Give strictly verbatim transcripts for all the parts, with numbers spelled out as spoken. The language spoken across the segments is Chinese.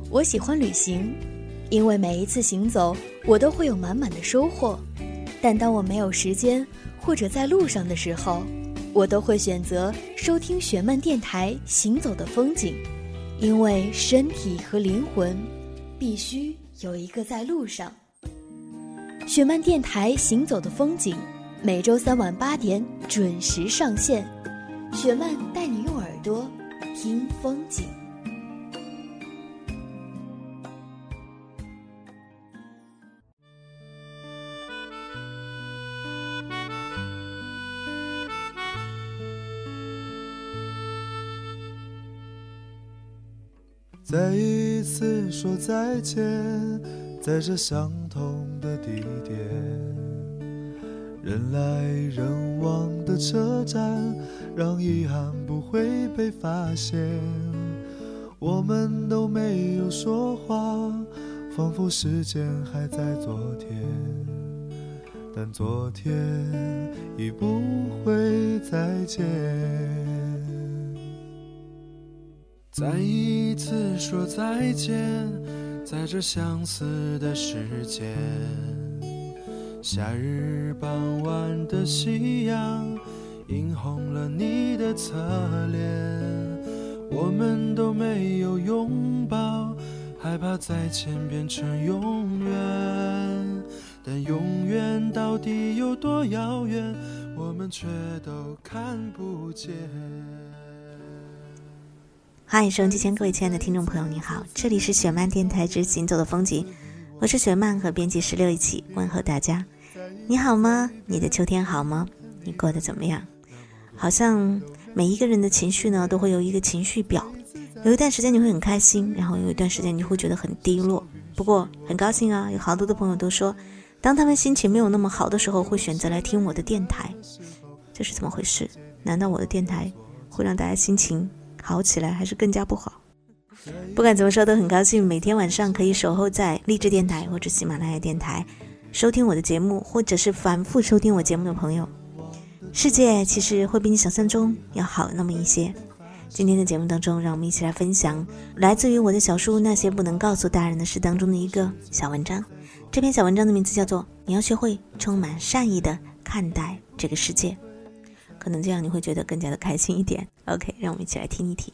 我喜欢旅行，因为每一次行走我都会有满满的收获。但当我没有时间或者在路上的时候，我都会选择收听雪漫电台行走的风景，因为身体和灵魂必须有一个在路上。雪漫电台行走的风景，每周三晚八点准时上线。雪漫带你用耳朵听风景。 再一次说再见，在这相同的地点，人来人往的车站，让遗憾不会被发现。我们都没有说话，仿佛时间还在昨天，但昨天已不会再见。再一次说再见，在这相似的时间，夏日傍晚的夕阳映红了你的侧脸，我们都没有拥抱，害怕再见变成永远，但永远到底有多遥远，我们却都看不见。 嗨，收音机前各位亲爱的听众朋友你好，这里是雪漫电台之行走的风景，我是雪漫，和编辑十六一起问候大家。你好吗？你的秋天好吗？你过得怎么样？好像每一个人的情绪呢都会有一个情绪表，有一段时间你会很开心，然后有一段时间你会觉得很低落。不过很高兴啊，有好多的朋友都说当他们心情没有那么好的时候会选择来听我的电台，这是怎么回事？难道我的电台会让大家心情好起来，还是更加不好？不管怎么说都很高兴每天晚上可以守候在励志电台或者喜马拉雅电台收听我的节目，或者是反复收听我节目的朋友。世界其实会比你想象中要好那么一些。今天的节目当中，让我们一起来分享来自于我的小书《那些不能告诉大人的事》当中的一个小文章。这篇小文章的名字叫做你要学会充满善意的看待这个世界，可能这样你会觉得更加的开心一点。 OK， 让我们一起来听一听。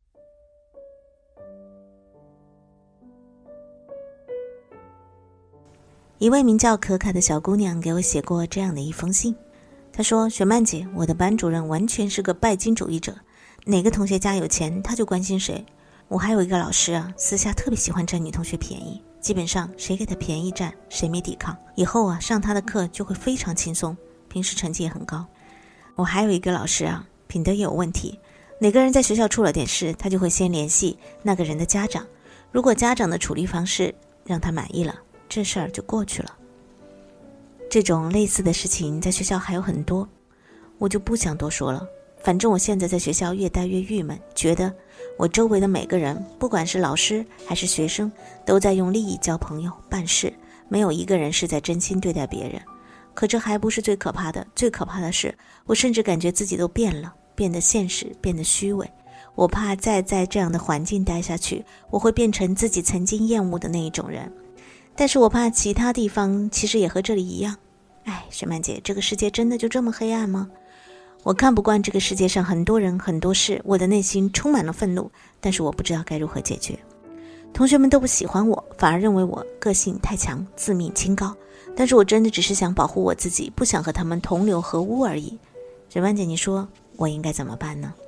一位名叫可卡的小姑娘给我写过这样的一封信，她说，雪漫姐，我的班主任完全是个拜金主义者，哪个同学家有钱他就关心谁。我还有一个老师啊，私下特别喜欢占女同学便宜，基本上谁给他便宜占谁没抵抗，以后啊上他的课就会非常轻松，平时成绩也很高。我还有一个老师啊，品德也有问题，哪个人在学校出了点事，他就会先联系那个人的家长，如果家长的处理方式让他满意了，这事儿就过去了。这种类似的事情在学校还有很多，我就不想多说了。反正我现在在学校越待越郁闷，觉得我周围的每个人，不管是老师还是学生，都在用利益交朋友办事，没有一个人是在真心对待别人。可这还不是最可怕的，最可怕的是我甚至感觉自己都变了，变得现实，变得虚伪。我怕再在这样的环境待下去，我会变成自己曾经厌恶的那一种人。但是我怕其他地方其实也和这里一样。哎，雪漫姐，这个世界真的就这么黑暗吗？我看不惯这个世界上很多人很多事，我的内心充满了愤怒，但是我不知道该如何解决。同学们都不喜欢我，反而认为我个性太强，自命清高，但是我真的只是想保护我自己，不想和他们同流合污而已。雪漫姐，你说我应该怎么办呢？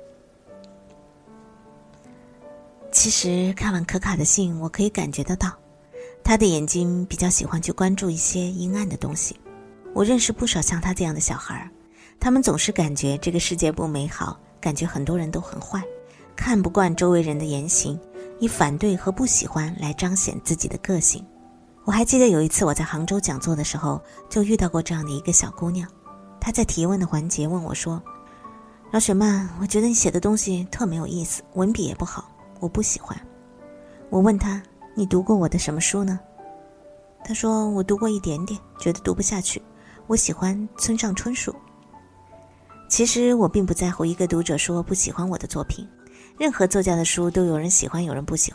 其实看完可卡的信，我可以感觉得到他的眼睛比较喜欢去关注一些阴暗的东西。我认识不少像他这样的小孩，他们总是感觉这个世界不美好，感觉很多人都很坏，看不惯周围人的言行，以反对和不喜欢来彰显自己的个性。我还记得有一次我在杭州讲座的时候，就遇到过这样的一个小姑娘，她在提问的环节问我说，老雪漫，我觉得你写的东西特没有意思，文笔也不好，我不喜欢。我问她，你读过我的什么书呢？她说，我读过一点点，觉得读不下去，我喜欢村上春树。其实我并不在乎一个读者说不喜欢我的作品，任何作家的书都有人喜欢有人不喜欢，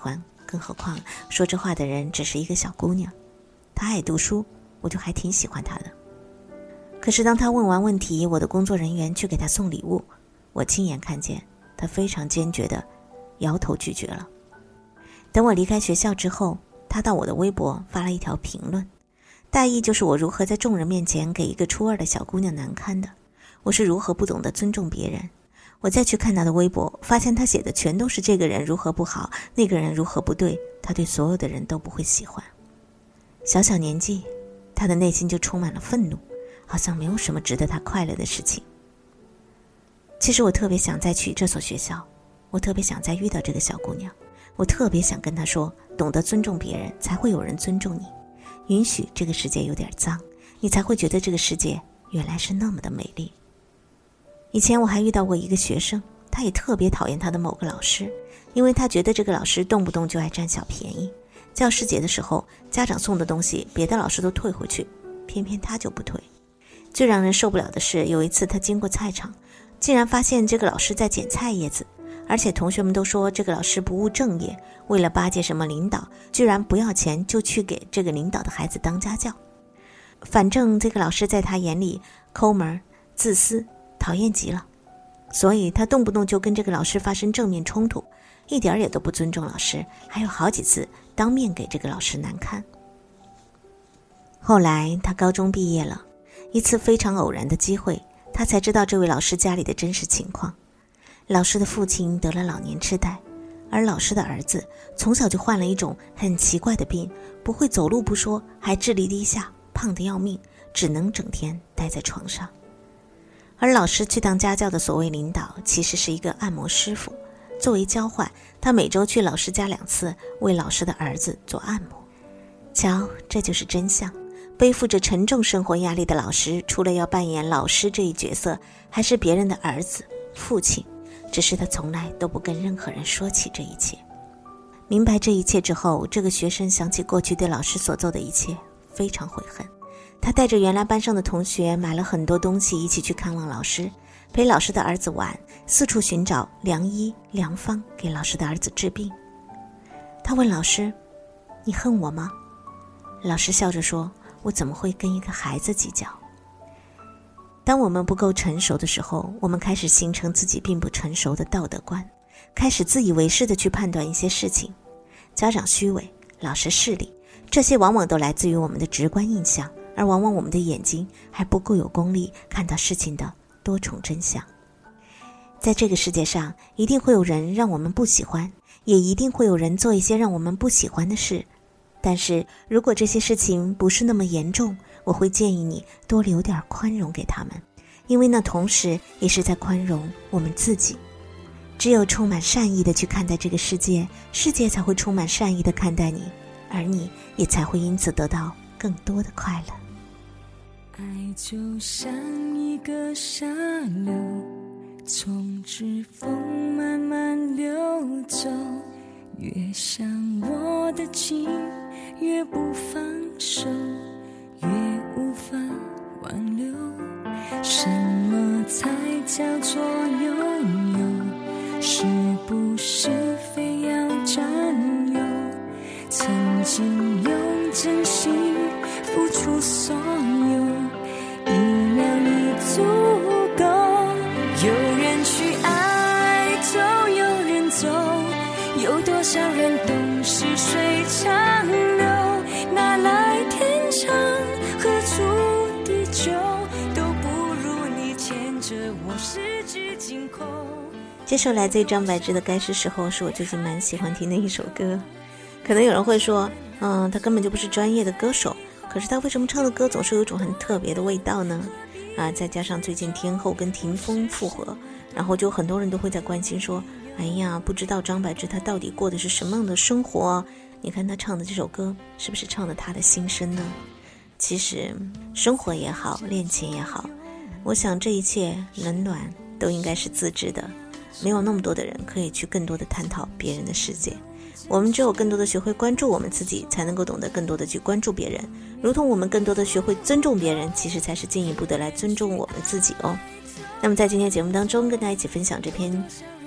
更何况说这话的人只是一个小姑娘。她爱读书，我就还挺喜欢她的。可是当她问完问题，我的工作人员去给她送礼物，我亲眼看见她非常坚决地摇头拒绝了。等我离开学校之后，她到我的微博发了一条评论，大意就是我如何在众人面前给一个初二的小姑娘难堪的，我是如何不懂得尊重别人。我再去看她的微博，发现她写的全都是这个人如何不好，那个人如何不对，她对所有的人都不会喜欢。小小年纪，她的内心就充满了愤怒，好像没有什么值得她快乐的事情。其实我特别想再去这所学校，我特别想再遇到这个小姑娘，我特别想跟她说，懂得尊重别人，才会有人尊重你。允许这个世界有点脏，你才会觉得这个世界原来是那么的美丽。以前我还遇到过一个学生，他也特别讨厌他的某个老师，因为他觉得这个老师动不动就爱占小便宜。教师节的时候，家长送的东西别的老师都退回去，偏偏他就不退。最让人受不了的是，有一次他经过菜场，竟然发现这个老师在捡菜叶子，而且同学们都说这个老师不务正业，为了巴结什么领导，居然不要钱就去给这个领导的孩子当家教。反正这个老师在他眼里抠门、自私、讨厌极了，所以他动不动就跟这个老师发生正面冲突，一点也都不尊重老师，还有好几次当面给这个老师难堪。后来他高中毕业了，一次非常偶然的机会，他才知道这位老师家里的真实情况。老师的父亲得了老年痴呆，而老师的儿子从小就患了一种很奇怪的病，不会走路不说，还智力低下，胖得要命，只能整天待在床上。而老师去当家教的所谓领导，其实是一个按摩师傅，作为交换，他每周去老师家两次，为老师的儿子做按摩。瞧，这就是真相。背负着沉重生活压力的老师，除了要扮演老师这一角色，还是别人的儿子、父亲，只是他从来都不跟任何人说起这一切。明白这一切之后，这个学生想起过去对老师所做的一切，非常悔恨。他带着原来班上的同学买了很多东西，一起去看望老师，陪老师的儿子玩，四处寻找良医良方，给老师的儿子治病。他问老师，你恨我吗？老师笑着说，我怎么会跟一个孩子计较？当我们不够成熟的时候，我们开始形成自己并不成熟的道德观，开始自以为是地去判断一些事情。家长虚伪，老师势利，这些往往都来自于我们的直观印象，而往往我们的眼睛还不够有功力看到事情的多重真相。在这个世界上，一定会有人让我们不喜欢，也一定会有人做一些让我们不喜欢的事。但是如果这些事情不是那么严重，我会建议你多留点宽容给他们，因为那同时也是在宽容我们自己。只有充满善意的去看待这个世界，世界才会充满善意的看待你，而你也才会因此得到更多的快乐。 爱就像一个沙流，从指缝慢慢流走，越想握得紧，越不放手，越无法挽留。什么才叫做拥有？是不是非要占有？曾经用真心付出所有，一秒已足够。有人去爱，就有人走，有多少人懂是水长流？哪来天长何处地久，都不如你牵着我十指紧扣。 这首来自于张柏芝的《该是时候》是我最近蛮喜欢听的一首歌。可能有人会说，嗯，他根本就不是专业的歌手，可是他为什么唱的歌总是有一种很特别的味道呢？啊，再加上最近天后跟霆锋复合，然后就很多人都会在关心说，哎呀，不知道张柏芝她到底过的是什么样的生活？你看她唱的这首歌，是不是唱的她的心声呢？其实生活也好，恋情也好，我想这一切冷暖都应该是自知的，没有那么多的人可以去更多的探讨别人的世界。我们只有更多的学会关注我们自己，才能够懂得更多的去关注别人，如同我们更多的学会尊重别人，其实才是进一步的来尊重我们自己哦。那么在今天节目当中跟大家一起分享这篇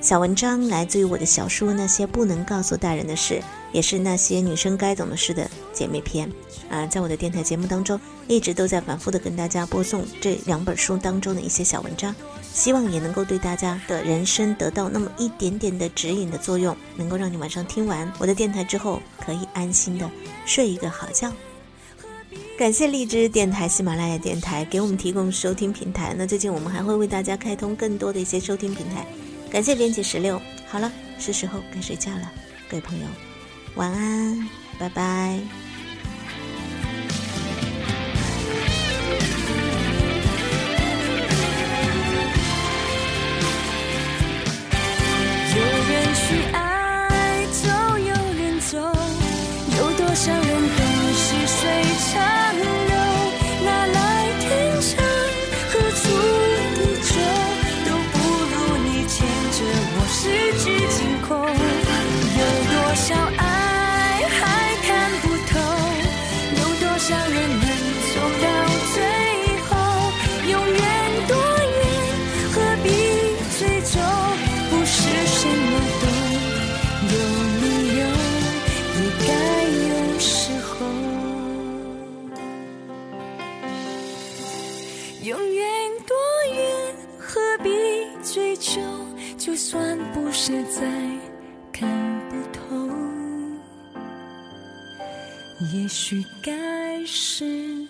小文章来自于我的小书《那些不能告诉大人的事》，也是那些女生该懂的事的姐妹篇啊，在我的电台节目当中一直都在反复的跟大家播送这两本书当中的一些小文章，希望也能够对大家的人生得到那么一点点的指引的作用，能够让你晚上听完我的电台之后可以安心的睡一个好觉。感谢荔枝电台、喜马拉雅电台给我们提供收听平台，那最近我们还会为大家开通更多的一些收听平台，感谢编辑十六。好了，是时候该睡觉了，各位朋友晚安，拜拜。 有人去爱走，有人走，有多少人都是水长流，哪来天长何处地久，都不如你牵着我十指紧扣。有多少爱还看不透，有多少人能走到最后，永远多远何必追究，不是什么都有理由，也该有时候。永远多远何必追求，就算不是再看不透，也许该是